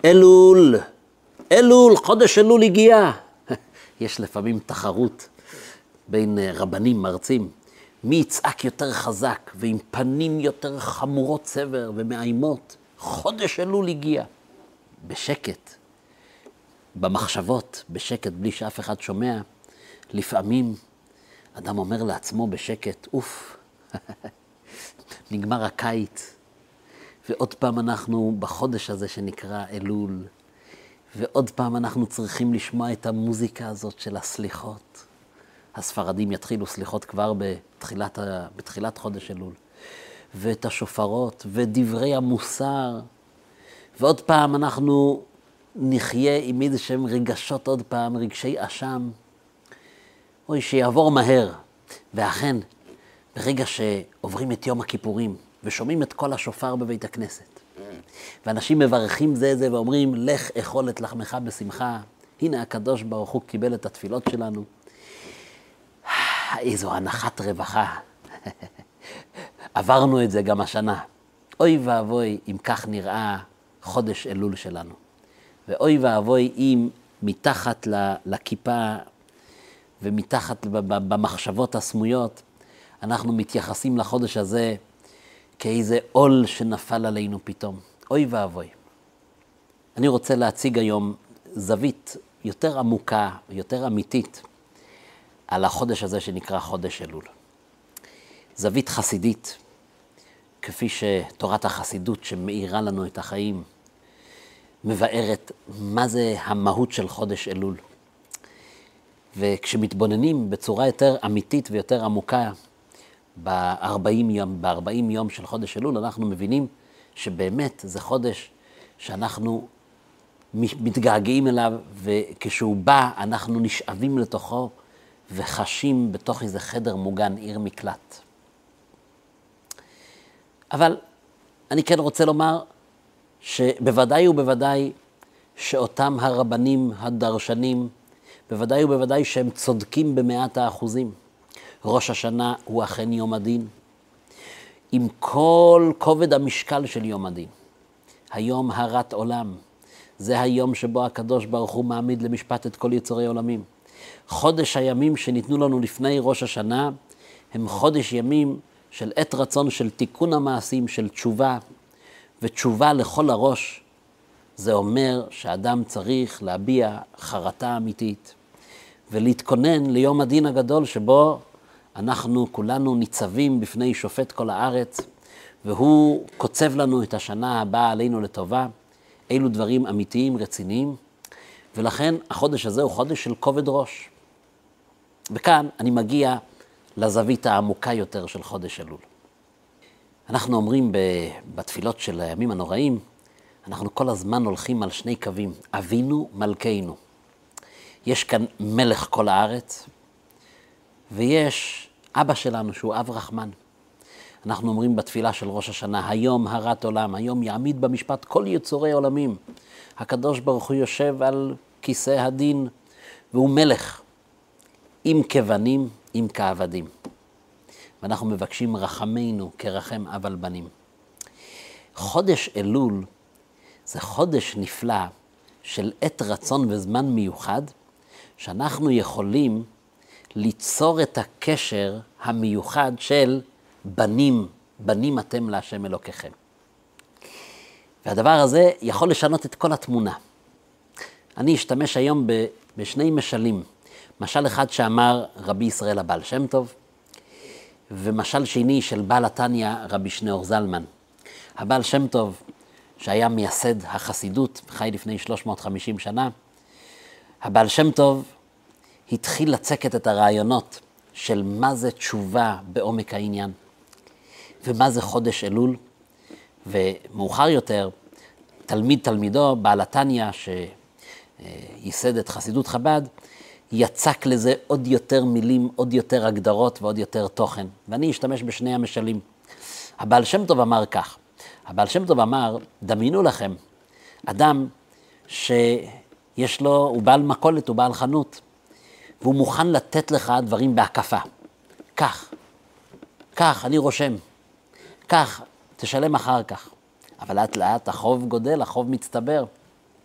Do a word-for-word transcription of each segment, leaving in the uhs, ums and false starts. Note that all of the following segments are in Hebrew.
אלול, אלול, חודש אלול הגיע. יש לפעמים תחרות בין רבנים, מרצים, מי יצעק יותר חזק ועם פנים יותר חמורות סבר ומאיימות. חודש אלול הגיע. בשקט, במחשבות, בשקט, בלי שאף אחד שומע. לפעמים אדם אומר לעצמו בשקט, אוף, נגמר הקיץ. ועוד פעם אנחנו בחודש הזה שנקרא אלול, ועוד פעם אנחנו צריכים לשמוע את המוזיקה הזאת של הסליחות. הספרדים יתחילו סליחות כבר בתחילת, בתחילת חודש אלול. ואת השופרות ודברי המוסר. ועוד פעם אנחנו נחיה עם איזה שהם רגשות, עוד פעם רגשי אשם. אוי, שיעבור מהר. ואכן, ברגע שעוברים את יום הכיפורים ושומעים את כל השופר בבית הכנסת, ואנשים מברכים זה זה ואומרים, לך אכול את לחמך בשמחה, הנה הקדוש ברוך הוא קיבל את התפילות שלנו. איזו הנחת רווחה. עברנו את זה גם השנה. אוי ואבוי אם כך נראה חודש אלול שלנו. ואוי ואבוי אם מתחת לכיפה ומתחת במחשבות הסמויות, אנחנו מתייחסים לחודש הזה כאיזה עול שנפל עלינו פתאום. אוי ואבוי. אני רוצה להציג היום זווית יותר עמוקה, יותר אמיתית, על החודש הזה שנקרא חודש אלול. זווית חסידית, כפי שתורת החסידות שמאירה לנו את החיים, מבארת מה זה המהות של חודש אלול. וכשמתבוננים בצורה יותר אמיתית ויותר עמוקה, ב-ארבעים יום, ב-ארבעים יום של חודש אלול, אנחנו מבינים שבאמת זה חודש שאנחנו מתגעגעים אליו, וכשהוא בא אנחנו נשאבים לתוכו וחשים בתוך איזה חדר מוגן, עיר מקלט. אבל אני כן רוצה לומר שבוודאי ובוודאי שאותם הרבנים, הדרשנים, בוודאי ובוודאי שהם צודקים במאת האחוזים. ראש השנה הוא אכן יום הדין, עם כל כובד המשקל של יום הדין. היום הרת עולם, זה היום שבו הקדוש ברוך הוא מעמיד למשפט את כל יצורי עולמים. חודש הימים שניתנו לנו לפני ראש השנה, הם חודש ימים של עת רצון, של תיקון המעשים, של תשובה, ותשובה לכל הראש. זה אומר שאדם צריך להביע חרטה אמיתית, ולהתכונן ליום הדין הגדול שבו אנחנו כולנו ניצבים בפני שופט כל הארץ, והוא קוצב לנו את השנה הבאה עלינו לטובה. אילו דברים אמיתיים, רציניים, ולכן החודש הזה הוא חודש של כובד ראש. וכאן אני מגיע לזווית העמוקה יותר של חודש אלול. אנחנו אומרים בתפילות של הימים הנוראים, אנחנו כל הזמן הולכים על שני קווים, אבינו מלכנו. יש כאן מלך כל הארץ, ויש אבא שלנו שהוא אב רחמן. אנחנו אומרים בתפילה של ראש השנה, היום הרת עולם, היום יעמיד במשפט כל יצורי עולמים. הקדוש ברוך הוא יושב על כיסא הדין, והוא מלך, עם כבנים, עם כעבדים. ואנחנו מבקשים רחמנו כרחם אב על בנים. חודש אלול זה חודש נפלא של עת רצון וזמן מיוחד, שאנחנו יכולים ליצור את הקשר המיוחד של בנים, בנים אתם להשם אלוקיכם. והדבר הזה יכול לשנות את כל התמונה. אני אשתמש היום בשני משלים. משל אחד שאמר רבי ישראל הבעל שם טוב, ומשל שני של בעל התניא רבי שניאור זלמן. הבעל שם טוב, שהיה מייסד החסידות, חי לפני שלוש מאות וחמישים שנה, הבעל שם טוב התחיל לצקת את הרעיונות של מה זה תשובה בעומק העניין, ומה זה חודש אלול, ומאוחר יותר, תלמיד תלמידו, בעל התניא, שייסד את חסידות חב"ד, יצק לזה עוד יותר מילים, עוד יותר הגדרות ועוד יותר תוכן. ואני אשתמש בשני המשלים. הבעל שם טוב אמר כך, הבעל שם טוב אמר, דמיינו לכם, אדם שיש לו, הוא בעל מכולת, הוא בעל חנות, והוא מוכן לתת לך דברים בהקפה. כך, כך, אני רושם. כך, תשלם אחר כך. אבל לאט לאט החוב גודל, החוב מצטבר.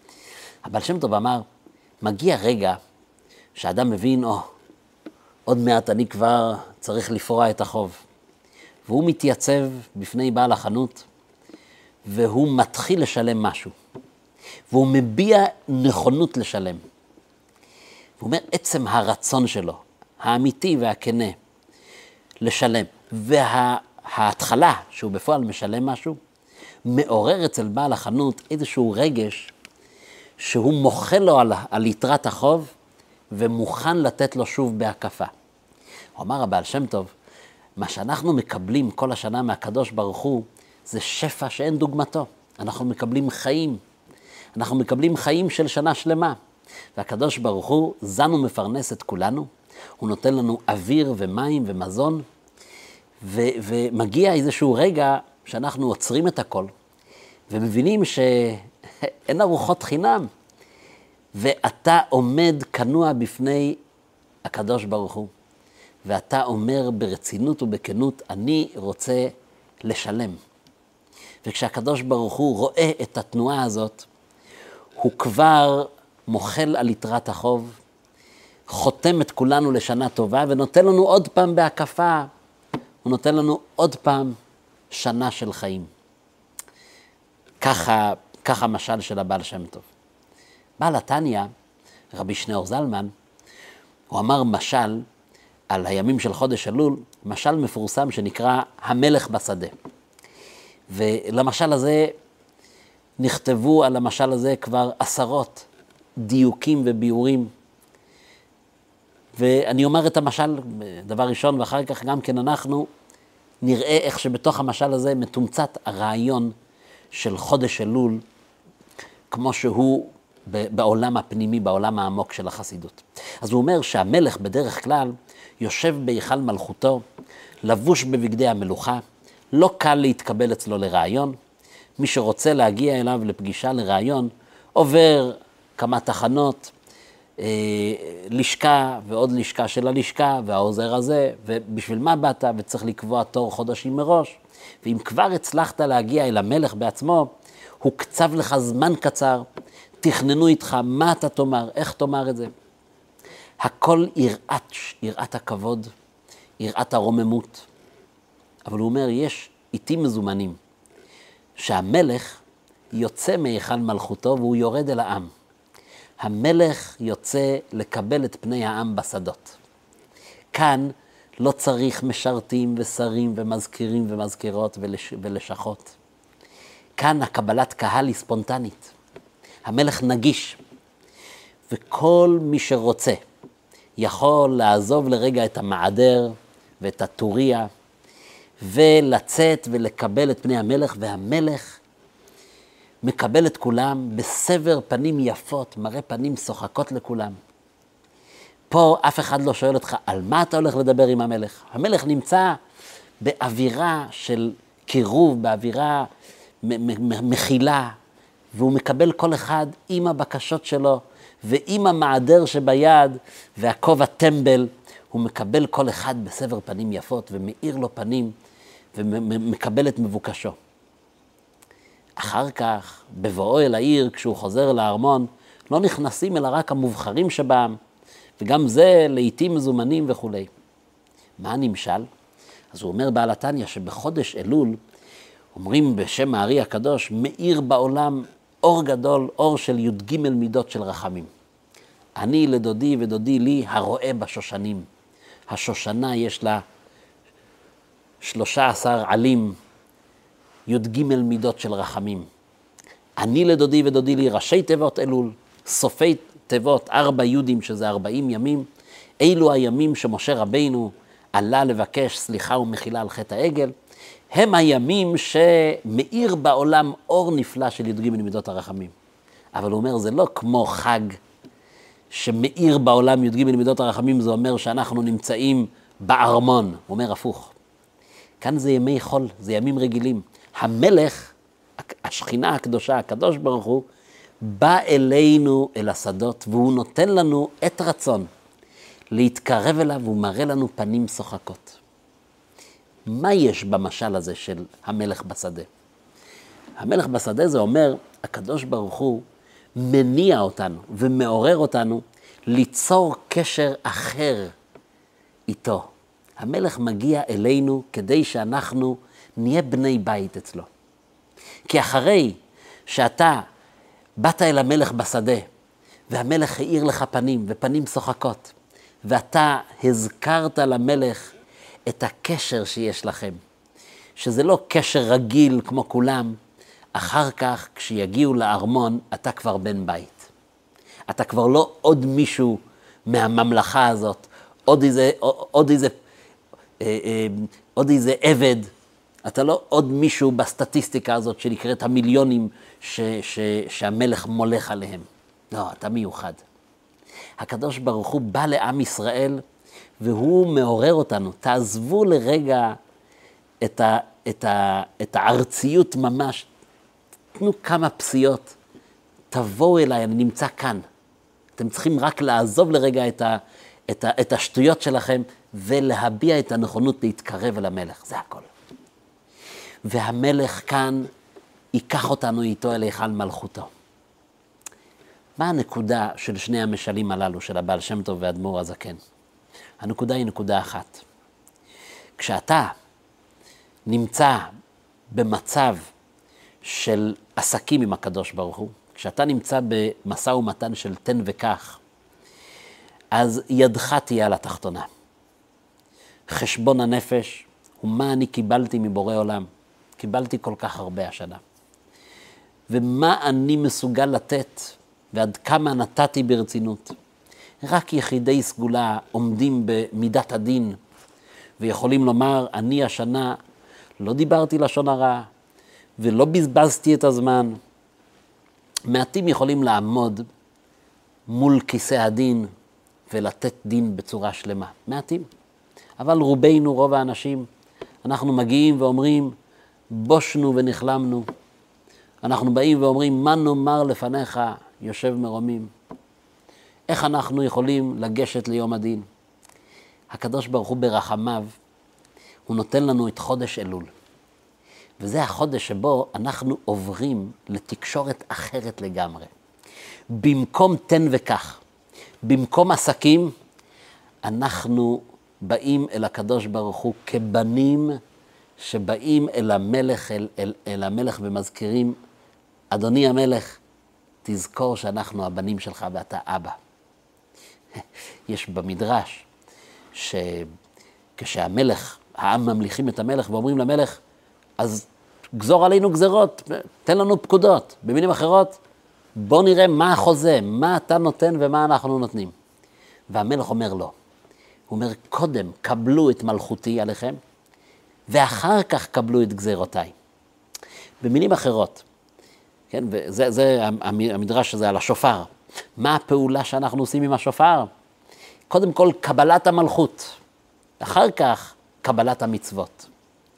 הבעל שם טוב אמר, מגיע רגע שאדם מבין, או, עוד מעט אני כבר צריך לפרוע את החוב. והוא מתייצב בפני בעל החנות, והוא מתחיל לשלם משהו. והוא מביע נכונות לשלם. הוא אומר, עצם הרצון שלו, האמיתי והכנה, לשלם. וההתחלה שהוא בפועל משלם משהו, מעורר אצל בעל החנות איזשהו רגש, שהוא מוחל לו על, על יתרת החוב, ומוכן לתת לו שוב בהקפה. הוא אמר, הבעל שם טוב, מה שאנחנו מקבלים כל השנה מהקדוש ברוך הוא, זה שפע שאין דוגמתו. אנחנו מקבלים חיים. אנחנו מקבלים חיים של שנה שלמה. והקדוש ברוך הוא זן ומפרנס את כולנו. הוא נותן לנו אוויר ומים ומזון. ו- ומגיע איזשהו רגע שאנחנו עוצרים את הכל. ומבינים שאין ארוחות חינם. ואתה עומד כנוע בפני הקדוש ברוך הוא. ואתה אומר ברצינות ובכנות, אני רוצה לשלם. וכשהקדוש ברוך הוא רואה את התנועה הזאת, הוא כבר מוחל על יתרת החוב, חותם את כולנו לשנה טובה, ונותן לנו עוד פעם בהקפה, הוא נותן לנו עוד פעם שנה של חיים. ככה, ככה משל של הבעל שם טוב. בעל התניא, רבי שניאור זלמן, הוא אמר משל על הימים של חודש אלול, משל מפורסם שנקרא המלך בשדה. ולמשל הזה נכתבו על המשל הזה כבר עשרות דיוקים וביאורים. ואני אומר את המשל דבר ראשון, ואחר כך גם כן אנחנו נראה איך שבתוך המשל הזה מתומצת הרעיון של חודש אלול, כמו שהוא בעולם הפנימי, בעולם העמוק של החסידות. אז הוא אומר שהמלך בדרך כלל יושב בהיכל מלכותו, לבוש בבגדי המלוכה, לא קל להתקבל אצלו לרעיון. מי שרוצה להגיע אליו לפגישה לרעיון, עובר כמה תחנות, אה, לשכה ועוד לשכה של הלשכה, והעוזר הזה, ובשביל מה באת, וצריך לקבוע תור חודשים מראש. ואם כבר הצלחת להגיע אל המלך בעצמו, הוא קצב לך זמן קצר, תכננו איתך מה אתה תאמר, איך תאמר את זה. הכל יראת, יראת הכבוד, יראת הרוממות. אבל הוא אומר, יש עיתים מזומנים, שהמלך יוצא מהיכל מלכותו והוא יורד אל העם. המלך יוצא לקבל את פני העם בשדות. כאן לא צריך משרתים ושרים ומזכירים ומזכירות ולש... ולשכות. כאן הקבלת קהל היא ספונטנית. המלך נגיש, וכל מי שרוצה יכול לעזוב לרגע את המעדר ואת הטוריה, ולצאת ולקבל את פני המלך, והמלך מקבל את כולם בסבר פנים יפות, מראה פנים שוחקות לכולם. פה אף אחד לא שואל אותך על מה אתה הולך לדבר עם המלך. המלך נמצא באווירה של קירוב, באווירה מכילה, והוא מקבל כל אחד עם הבקשות שלו, ועם המעדר שביד, והכובע טמבל, הוא מקבל כל אחד בסבר פנים יפות, ומאיר לו פנים, ומקבל את מבוקשו. אחר כך, בבואו אל העיר, כשהוא חוזר לארמון, לא נכנסים אלא רק המובחרים שבהם, וגם זה לעתים מזומנים וכו'. מה הנמשל? אז הוא אומר בעל התניא שבחודש אלול, אומרים בשם הארי הקדוש, מאיר בעולם אור גדול, אור של י"ג מידות של רחמים. אני לדודי ודודי לי הרואה בשושנים. השושנה יש לה שלושה עשר עלים, י"ג מידות של רחמים. אני לדודי ודודי לי ראשי תיבות אלול, סופי תיבות ארבע יודים שזה ארבעים ימים. אילו הימים שמשה רבינו עלה לבקש סליחה ומחילה על חטא העגל, הם הימים שמאיר בעולם אור נפלא של י"ג מידות הרחמים. אבל הוא אומר, זה לא כמו חג שמאיר בעולם י"ג מידות הרחמים, זה אומר שאנחנו נמצאים בארמון. הוא אומר הפוך. כאן זה ימי חול, זה ימים רגילים. המלך, השכינה הקדושה, הקדוש ברוך הוא, בא אלינו אל השדות, והוא נותן לנו את רצון להתקרב אליו, והוא מראה לנו פנים שוחקות. מה יש במשל הזה של המלך בשדה? המלך בשדה זה אומר, הקדוש ברוך הוא מניע אותנו ומעורר אותנו ליצור קשר אחר איתו. המלך מגיע אלינו כדי שאנחנו נהיה בני בית אצלו. כי אחרי שאתה באת אל המלך בשדה, והמלך האיר לך פנים ופנים שוחקות, ואתה הזכרת למלך את הקשר שיש לכם, שזה לא קשר רגיל כמו כולם, אחר כך כשיגיעו לארמון אתה כבר בן בית. אתה כבר לא עוד מישהו מהממלכה הזאת, עוד איזה, עוד איזה, עוד איזה עבד, אתה לא עוד מישהו בסטטיסטיקה הזאת שנקראת המיליונים ש, ש, שהמלך מולך עליהם. לא, אתה מיוחד. הקדוש ברוך הוא בא לעם ישראל והוא מעורר אותנו. תעזבו לרגע את, ה, את, ה, את הארציות ממש. תנו כמה פסיעות. תבואו אליי, אני נמצא כאן. אתם צריכים רק לעזוב לרגע את, ה, את, ה, את השטויות שלכם ולהביע את הנכונות להתקרב אל המלך. זה הכל. והמלך כאן ייקח אותנו איתו אל היכל מלכותו. מה הנקודה של שני המשלים הללו, של הבעל שם טוב ואדמו"ר הזקן? הנקודה היא נקודה אחת. כשאתה נמצא במצב של עסקים עם הקדוש ברוך הוא, כשאתה נמצא במשא ומתן של תן וקח, אז ידך תהיה על התחתונה. חשבון הנפש הוא מה אני קיבלתי מבורא עולם. קיבלתי כל כך הרבה השנה. ומה אני מסוגל לתת, ועד כמה נתתי ברצינות. רק יחידי סגולה עומדים במידת הדין, ויכולים לומר, אני השנה לא דיברתי לשון הרע, ולא בזבזתי את הזמן. מעטים יכולים לעמוד מול כיסא הדין, ולתת דין בצורה שלמה. מעטים. אבל רובנו, רוב האנשים, אנחנו מגיעים ואומרים, בושנו ונכלמנו. אנחנו באים ואומרים, מה נאמר לפניך, יושב מרומים? איך אנחנו יכולים לגשת ליום הדין? הקדוש ברוך הוא ברחמיו, הוא נותן לנו את חודש אלול. וזה החודש שבו אנחנו עוברים לתקשורת אחרת לגמרי. במקום תן וקח, במקום עסקים, אנחנו באים אל הקדוש ברוך הוא כבנים שבאים אל המלך, אל, אל, אל המלך ומזכירים, אדוני המלך, תזכור שאנחנו הבנים שלך ואתה אבא. יש במדרש שכשהמלך, העם ממליכים את המלך ואומרים למלך, אז גזור עלינו גזרות, תן לנו פקודות. במילים אחרות, בוא נראה מה החוזה, מה אתה נותן ומה אנחנו נותנים. והמלך אומר לא. הוא אומר, קודם קבלו את מלכותי עליכם, ואחר כך קבלו את גזירותיי. במילים אחרות, כן, וזה זה המדרש הזה על השופר. מה הפעולה שאנחנו עושים עם השופר? קודם כל קבלת המלכות, אחר כך קבלת המצוות.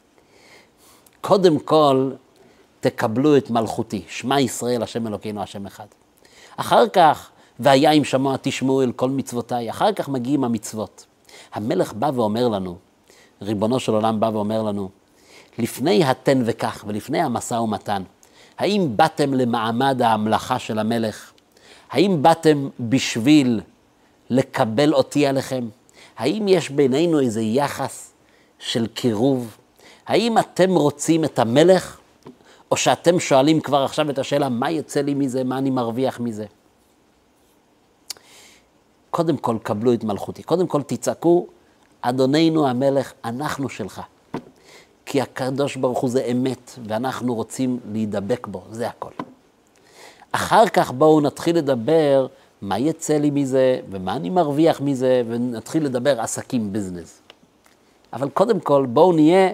קודם כל תקבלו את מלכותי, שמע ישראל השם אלוקינו השם אחד. אחר כך, והיה אם שמוע תשמעו אל כל מצוותיי, אחר כך מגיעים המצוות. המלך בא ואומר לנו, ריבונו של עולם בא ואומר לנו, לפני התן וקח ולפני המשא ומתן, האם באתם למעמד ההמלכה של המלך? האם באתם בשביל לקבל אותי עליכם? האם יש בינינו איזה יחס של קירוב? האם אתם רוצים את המלך? או שאתם שואלים כבר עכשיו את השאלה, מה יצא לי מזה? מה אני מרוויח מזה? קודם כל קבלו את מלכותי. קודם כל תצעקו, אדוננו המלך, אנחנו שלך. כי הקדוש ברוך הוא זה אמת, ואנחנו רוצים להידבק בו, זה הכל. אחר כך בואו נתחיל לדבר מה יצא לי מזה, ומה אני מרוויח מזה, ונתחיל לדבר עסקים, ביזנס. אבל קודם כל בואו נהיה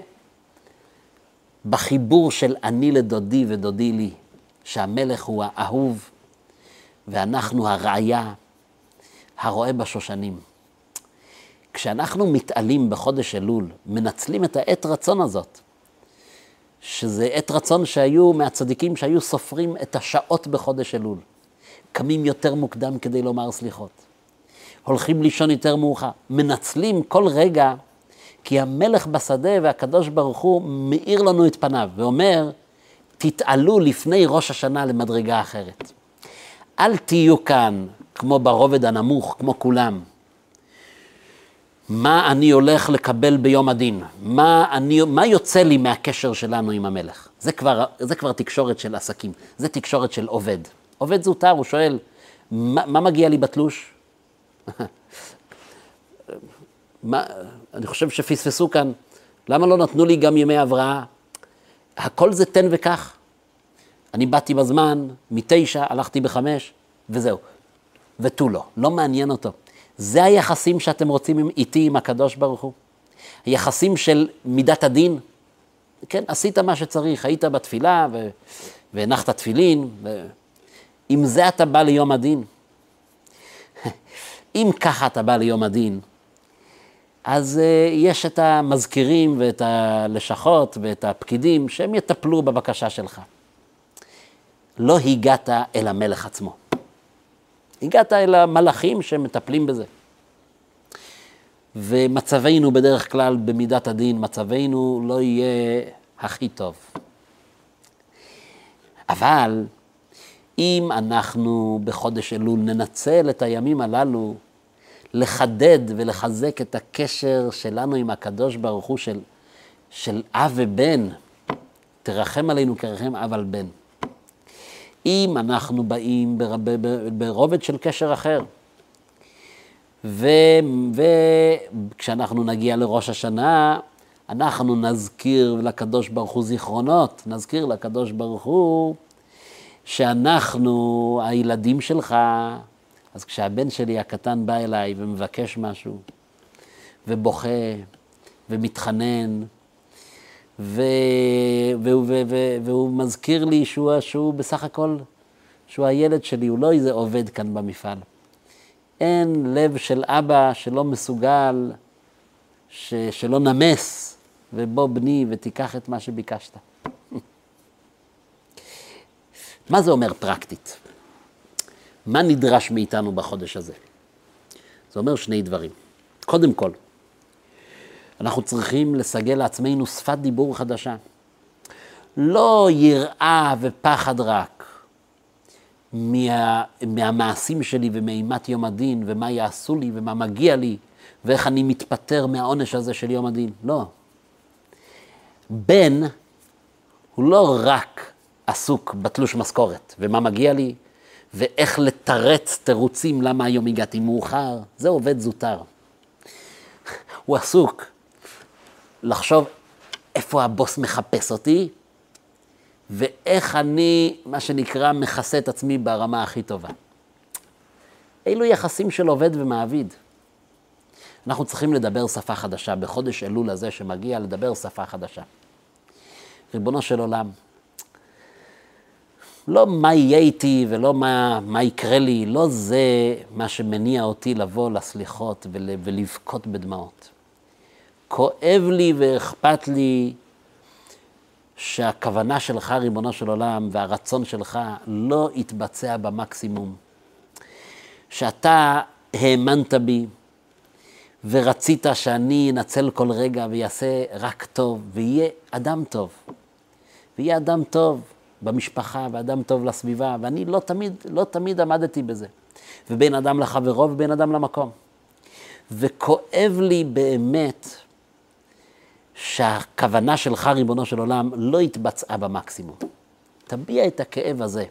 בחיבור של אני לדודי ודודי לי, שהמלך הוא האהוב, ואנחנו הרעיה, הרואה בשושנים. כשאנחנו מתעלים בחודש אלול, מנצלים את העת רצון הזאת, שזה עת רצון שהיו מהצדיקים שהיו סופרים את השעות בחודש אלול. קמים יותר מוקדם כדי לומר סליחות. הולכים לישון יותר מאוחר. מנצלים כל רגע, כי המלך בשדה והקדוש ברוך הוא מאיר לנו את פניו, ואומר, תתעלו לפני ראש השנה למדרגה אחרת. אל תהיו כאן כמו ברובד הנמוך, כמו כולם. מה אני הולך לקבל ביום הדין? מה, אני, מה יוצא לי מהקשר שלנו עם המלך? זה כבר, זה כבר תקשורת של עסקים, זה תקשורת של עובד. עובד זוטר, הוא שואל, מה, מה מגיע לי בתלוש? מה, אני חושב שפספסו כאן, למה לא נתנו לי גם ימי הבראה? הכל זה תן וכך. אני באתי בזמן, מתשע, הלכתי בחמש, וזהו. ותו לא, לא מעניין אותו. זה היחסים שאתם רוצים איתי, עם הקדוש ברוך הוא. היחסים של מידת הדין. כן, עשית מה שצריך, היית בתפילה ו... והנחת תפילין. ו... אם זה אתה בא ליום הדין, אם ככה אתה בא ליום הדין, אז uh, יש את המזכירים ואת הלשכות ואת הפקידים שהם יטפלו בבקשה שלך. לא הגעת אל המלך עצמו. הגעת אל המלאכים שמטפלים בזה. ומצבנו בדרך כלל במידת הדין, מצבנו לא יהיה הכי טוב. אבל אם אנחנו בחודש אלול ננצל את הימים הללו, לחדד ולחזק את הקשר שלנו עם הקדוש ברוך הוא של, של אב ובן, תרחם עלינו כרחם אב על בן. אם אנחנו באים ברובד של קשר אחר, וכשאנחנו נגיע לראש השנה, אנחנו נזכיר לקדוש ברוך הוא זיכרונות, נזכיר לקדוש ברוך הוא שאנחנו הילדים שלך. אז כשהבן שלי הקטן בא אליי ומבקש משהו, ובוכה, ומתחנן, ו... והוא, ו... ו... והוא מזכיר לי שהוא, שהוא בסך הכל, שהוא הילד שלי, הוא לא איזה עובד כאן במפעל. אין לב של אבא שלא מסוגל, ש... שלא נמס, ובוא בני ותיקח את מה שביקשת. מה זה אומר פרקטית? מה נדרש מאיתנו בחודש הזה? זה אומר שני דברים. קודם כל, אנחנו צריכים לסגל לעצמנו שפת דיבור חדשה. לא יראה ופחד רק מה, מהמעשים שלי ומאימת יום הדין, ומה יעשו לי ומה מגיע לי, ואיך אני מתפטר מהעונש הזה של יום הדין. לא. בן הוא לא רק עסוק בתלוש משכורת, ומה מגיע לי, ואיך לתרץ תירוצים למה היום הגעתי מאוחר. זה עובד זוטר. הוא עסוק לחשוב איפה הבוס מחפש אותי, ואיך אני, מה שנקרא, מכסה את עצמי ברמה הכי טובה. אילו יחסים של עובד ומעביד. אנחנו צריכים לדבר שפה חדשה, בחודש אלול הזה שמגיע לדבר שפה חדשה. ריבונו של עולם, לא מה יהיה איתי ולא מה, מה יקרה לי, לא זה מה שמניע אותי לבוא לסליחות ול, ולבכות בדמעות. כואב לי ואכפת לי שהכוונה שלך, ריבונו של עולם, והרצון שלך לא יתבצע במקסימום. שאתה האמנת בי ורצית שאני אנצל כל רגע ויעשה רק טוב, ויהיה אדם טוב. ויהיה אדם טוב במשפחה, ואדם טוב לסביבה, ואני לא תמיד, לא תמיד עמדתי בזה. ובין אדם לחברו ובין אדם למקום. וכואב לי באמת שהכוונה שלך, ריבונו של עולם, לא התבצעה במקסימום. תביע את הכאב הזה.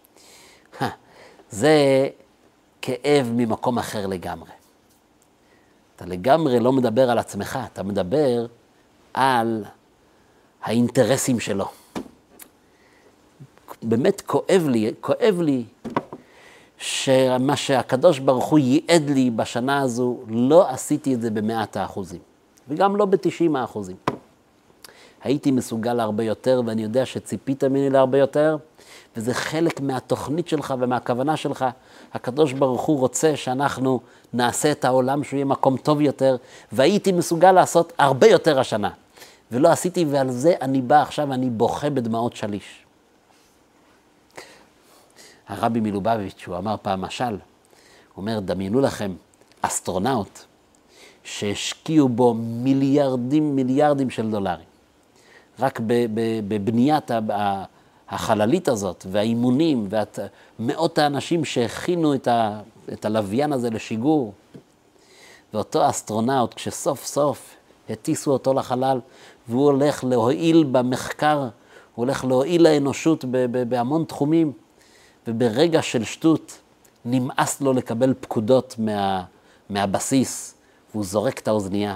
זה כאב ממקום אחר לגמרי. אתה לגמרי לא מדבר על עצמך, אתה מדבר על האינטרסים שלו. באמת כואב לי, כואב לי שמה שהקדוש ברוך הוא ייעד לי בשנה הזו, לא עשיתי את זה במאת האחוזים, וגם לא בתשעים האחוזים. הייתי מסוגל להרבה יותר, ואני יודע שציפית ממני להרבה יותר, וזה חלק מהתוכנית שלך ומהכוונה שלך. הקדוש ברוך הוא רוצה שאנחנו נעשה את העולם שהוא יהיה מקום טוב יותר, והייתי מסוגל לעשות הרבה יותר השנה. ולא עשיתי, ועל זה אני בא עכשיו, אני בוכה בדמעות שליש. הרבי מלובביץ', הוא אמר פעם משל, הוא אומר, דמיינו לכם אסטרונאוט שהשקיעו בו מיליארדים, מיליארדים של דולרים. רק בבניית החללית הזאת, והאימונים, ומאות האנשים שהכינו את, ה, את הלוויין הזה לשיגור, ואותו אסטרונאוט, כשסוף סוף הטיסו אותו לחלל, והוא הולך להועיל במחקר, הוא הולך להועיל לאנושות ב- ב- בהמון תחומים, וברגע של שטות נמאס לו לקבל פקודות מה, מהבסיס, והוא זורק את האוזנייה.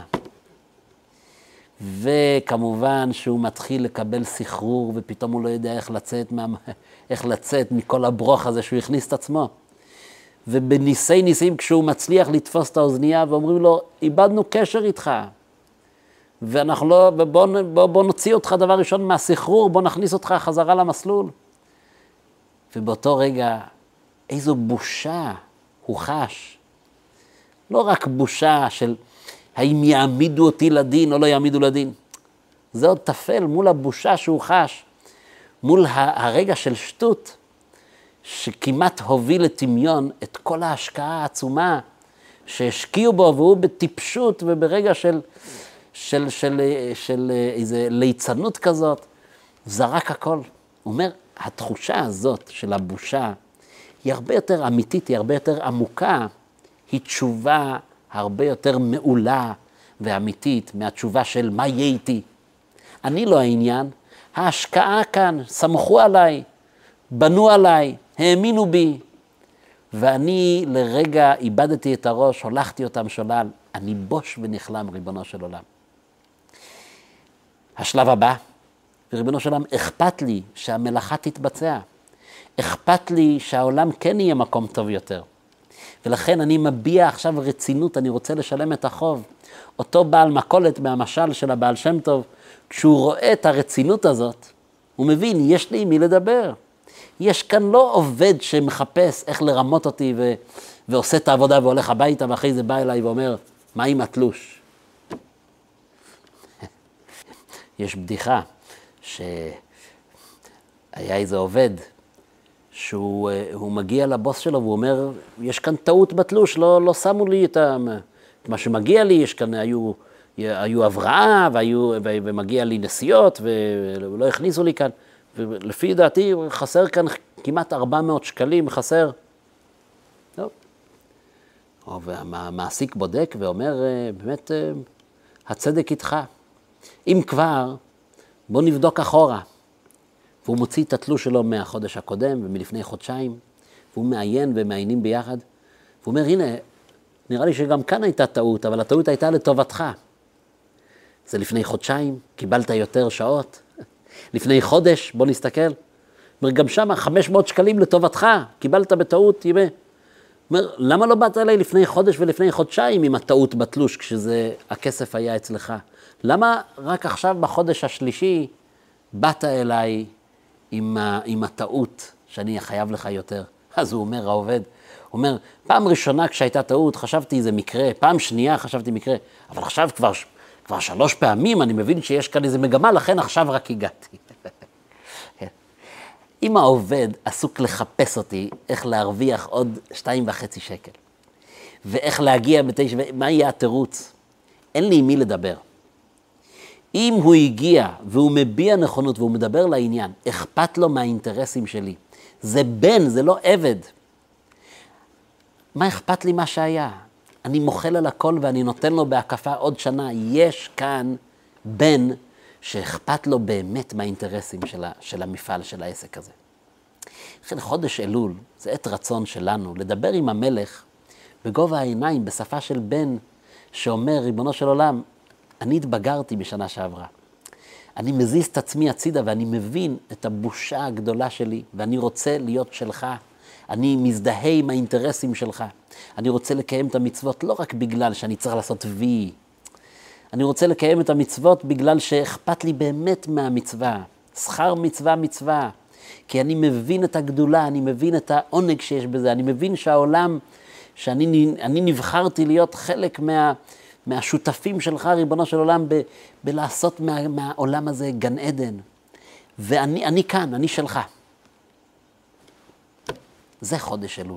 וכמובן שהוא מתחיל לקבל סחרור, ופתאום הוא לא יודע איך לצאת, מה, איך לצאת מכל הברוך הזה שהוא הכניס את עצמו. ובניסי ניסים כשהוא מצליח לתפוס את האוזנייה, ואומרים לו, איבדנו קשר איתך. ואנחנו לא, בוא, בוא, בוא נוציא אותך דבר ראשון מהסחרור, בוא נכניס אותך חזרה למסלול. ובאותו רגע, איזו בושה הוא חש. לא רק בושה של האם יעמידו אותי לדין או לא יעמידו לדין. זה עוד תפל מול הבושה שהוא חש, מול הרגע של שטות, שכמעט הוביל לתמיון את כל ההשקעה העצומה שהשקיעו בו, והוא בטיפשות וברגע של, של, של, של איזו ליצנות כזאת, זרק הכל. הוא אומר, התחושה הזאת של הבושה היא הרבה יותר אמיתית, היא הרבה יותר עמוקה, היא תשובה הרבה יותר מעולה ואמיתית מהתשובה של מה יהיה איתי. אני לא העניין, ההשקעה כאן, סמכו עליי, בנו עליי, האמינו בי, ואני לרגע איבדתי את הראש, הולכתי אותם שולל, אני בוש ונכלם, ריבונו של עולם. השלב הבא, וריבונו של עולם, אכפת לי שהמלאכה תתבצע, אכפת לי שהעולם כן יהיה מקום טוב יותר, ולכן אני מביע עכשיו רצינות, אני רוצה לשלם את החוב. אותו בעל מכולת מהמשל של הבעל שם טוב, כשהוא רואה את הרצינות הזאת, הוא מבין, יש לי עם מי לדבר. יש כאן לא עובד שמחפש איך לרמות אותי ו... ועושה את העבודה והולך הביתה, ואחרי זה בא אליי ואומר, מה עם התלוש? יש בדיחה שהיה איזה עובד, שהוא מגיע לבוס שלו והוא אומר, יש כאן טעות בתלוש, לא, לא שמו לי את, ה, את מה שמגיע לי, יש כאן, היו, היו הבראה והיו, ומגיע לי נסיעות ולא הכניסו לי כאן, ולפי דעתי חסר כאן כמעט ארבע מאות שקלים, חסר. טוב. והמעסיק בודק ואומר, באמת, הצדק איתך. אם כבר, בוא נבדוק אחורה. והוא מוציא את התלוש שלו מהחודש הקודם ומלפני חודשיים, והוא מעיין ומעיינים ביחד. והוא אומר, הנה, נראה לי שגם כאן הייתה טעות, אבל הטעות הייתה לטובתך. זה לפני חודשיים, קיבלת יותר שעות. לפני חודש, בוא נסתכל. אומר, גם שם חמש מאות שקלים לטובתך, קיבלת בטעות, ימי. אומר, למה לא באת אליי לפני חודש ולפני חודשיים עם הטעות בתלוש, כשזה, הכסף היה אצלך? למה רק עכשיו בחודש השלישי באת אליי עם, עם הטעות שאני חייב לך יותר? אז הוא אומר, העובד, הוא אומר, פעם ראשונה כשהייתה טעות חשבתי איזה מקרה, פעם שנייה חשבתי מקרה, אבל עכשיו כבר, כבר שלוש פעמים אני מבין שיש כאן איזה מגמה, לכן עכשיו רק הגעתי. אם העובד עסוק לחפש אותי, איך להרוויח עוד שתיים וחצי שקל, ואיך להגיע בתשע, מה יהיה התירוץ? אין לי עם מי לדבר. אם הוא הגיע והוא מביע נכונות והוא מדבר לעניין, אכפת לו מהאינטרסים שלי. זה בן, זה לא עבד. מה אכפת לי מה שהיה? אני מוחל על הכל ואני נותן לו בהקפה עוד שנה. יש כאן בן שאכפת לו באמת מהאינטרסים של, ה, של המפעל, של העסק הזה. לכן חודש אלול, זה עת רצון שלנו, לדבר עם המלך בגובה העיניים, בשפה של בן שאומר, ריבונו של עולם, אני התבגרתי בשנה שעברה. אני מזיז את עצמי הצידה ואני מבין את הבושה הגדולה שלי, ואני רוצה להיות שלך. אני מזדהה עם האינטרסים שלך. אני רוצה לקיים את המצוות לא רק בגלל שאני צריך לעשות וי. אני רוצה לקיים את המצוות בגלל שאכפת לי באמת מהמצווה. שכר מצווה מצווה. כי אני מבין את הגדולה, אני מבין את העונג שיש בזה, אני מבין שהעולם, שאני אני נבחרתי להיות חלק מה... מהשותפים שלך, ריבונו של עולם, ב, בלעשות מה, מהעולם הזה גן עדן. ואני אני כאן, אני שלך. זה חודש אלול.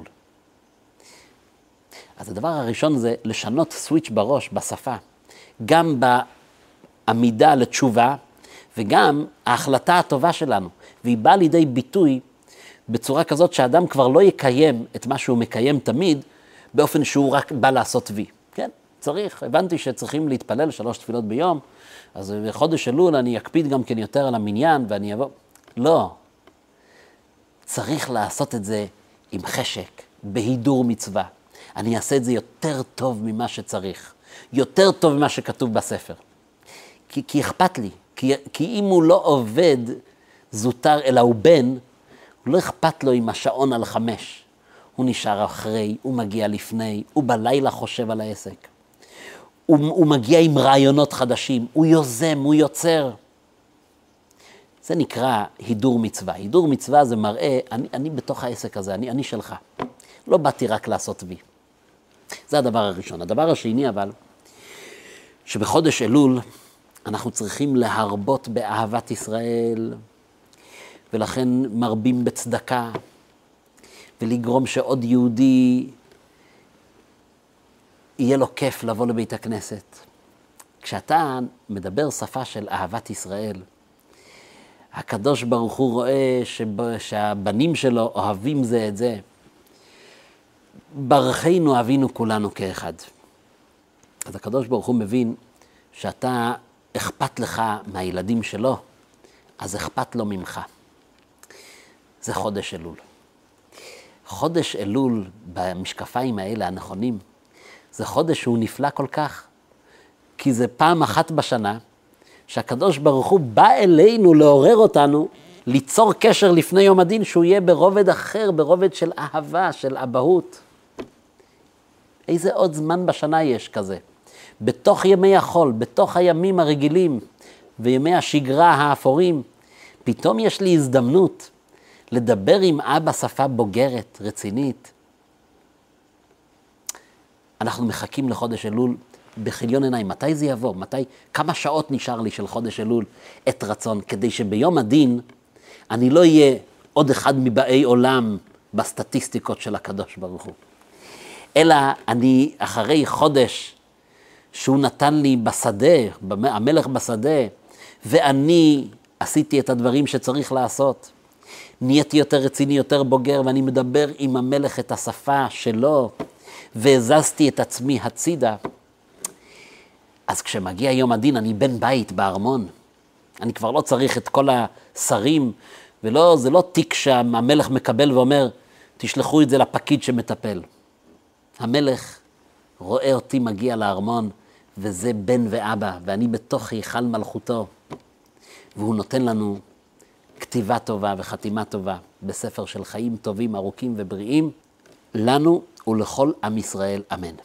אז הדבר הראשון זה לשנות סוויץ' בראש, בשפה. גם בעמידה לתשובה, וגם ההחלטה הטובה שלנו. והיא באה לידי ביטוי בצורה כזאת שהאדם כבר לא יקיים את מה שהוא מקיים תמיד, באופן שהוא רק בא לעשות וי. כן, צריך, הבנתי שצריכים להתפלל שלוש תפילות ביום, אז בחודש אלול אני אקפיד גם כן יותר על המניין ואני אבוא. לא, צריך לעשות את זה עם חשק, בהידור מצווה. אני אעשה את זה יותר טוב ממה שצריך, יותר טוב ממה שכתוב בספר. כי, כי אכפת לי, כי, כי אם הוא לא עובד זוטר אלא הוא בן, הוא לא אכפת לו עם השעון על חמש. הוא נשאר אחרי, הוא מגיע לפני, הוא בלילה חושב על העסק. הוא, הוא מגיע עם רעיונות חדשים, הוא יוזם, הוא יוצר. זה נקרא הידור מצווה. הידור מצווה זה מראה, אני, אני בתוך העסק הזה, אני, אני שלך. לא באתי רק לעשות וי. זה הדבר הראשון. הדבר השני אבל, שבחודש אלול אנחנו צריכים להרבות באהבת ישראל, ולכן מרבים בצדקה, ולגרום שעוד יהודי יהיה לו כיף לבוא לבית הכנסת. כשאתה מדבר שפה של אהבת ישראל, הקדוש ברוך הוא רואה שב, שהבנים שלו אוהבים זה את זה. ברכנו אבינו כולנו כאחד. אז הקדוש ברוך הוא מבין שאתה אכפת לך מהילדים שלו, אז אכפת לו ממך. זה חודש אלול. חודש אלול במשקפיים האלה הנכונים, זה חודש שהוא נפלא כל כך, כי זה פעם אחת בשנה, שהקדוש ברוך הוא בא אלינו לעורר אותנו, ליצור קשר לפני יום הדין, שהוא יהיה ברובד אחר, ברובד של אהבה, של אבהות. איזה עוד זמן בשנה יש כזה? בתוך ימי החול, בתוך הימים הרגילים, וימי השגרה האפורים, פתאום יש לי הזדמנות לדבר עם אבא שפה בוגרת, רצינית. אנחנו מחכים לחודש אלול בחיליון עיניים. מתי זה יבוא? מתי? כמה שעות נשאר לי של חודש אלול את רצון, כדי שביום הדין אני לא אהיה עוד אחד מבאי עולם בסטטיסטיקות של הקדוש ברוך הוא. אלא אני אחרי חודש שהוא נתן לי בשדה, המלך בשדה, ואני עשיתי את הדברים שצריך לעשות. נהייתי יותר רציני, יותר בוגר, ואני מדבר עם המלך את השפה שלו, והזזתי את עצמי הצידה. אז כשמגיע יום הדין, אני בן בית בארמון. אני כבר לא צריך את כל השרים, ולא, זה לא תיק שהמלך מקבל ואומר, תשלחו את זה לפקיד שמטפל. המלך רואה אותי מגיע לארמון, וזה בן ואבא, ואני בתוך היכל מלכותו. והוא נותן לנו כתיבה טובה וחתימה טובה בספר של חיים טובים, ארוכים ובריאים, לנו ולכל עם ישראל, אמן.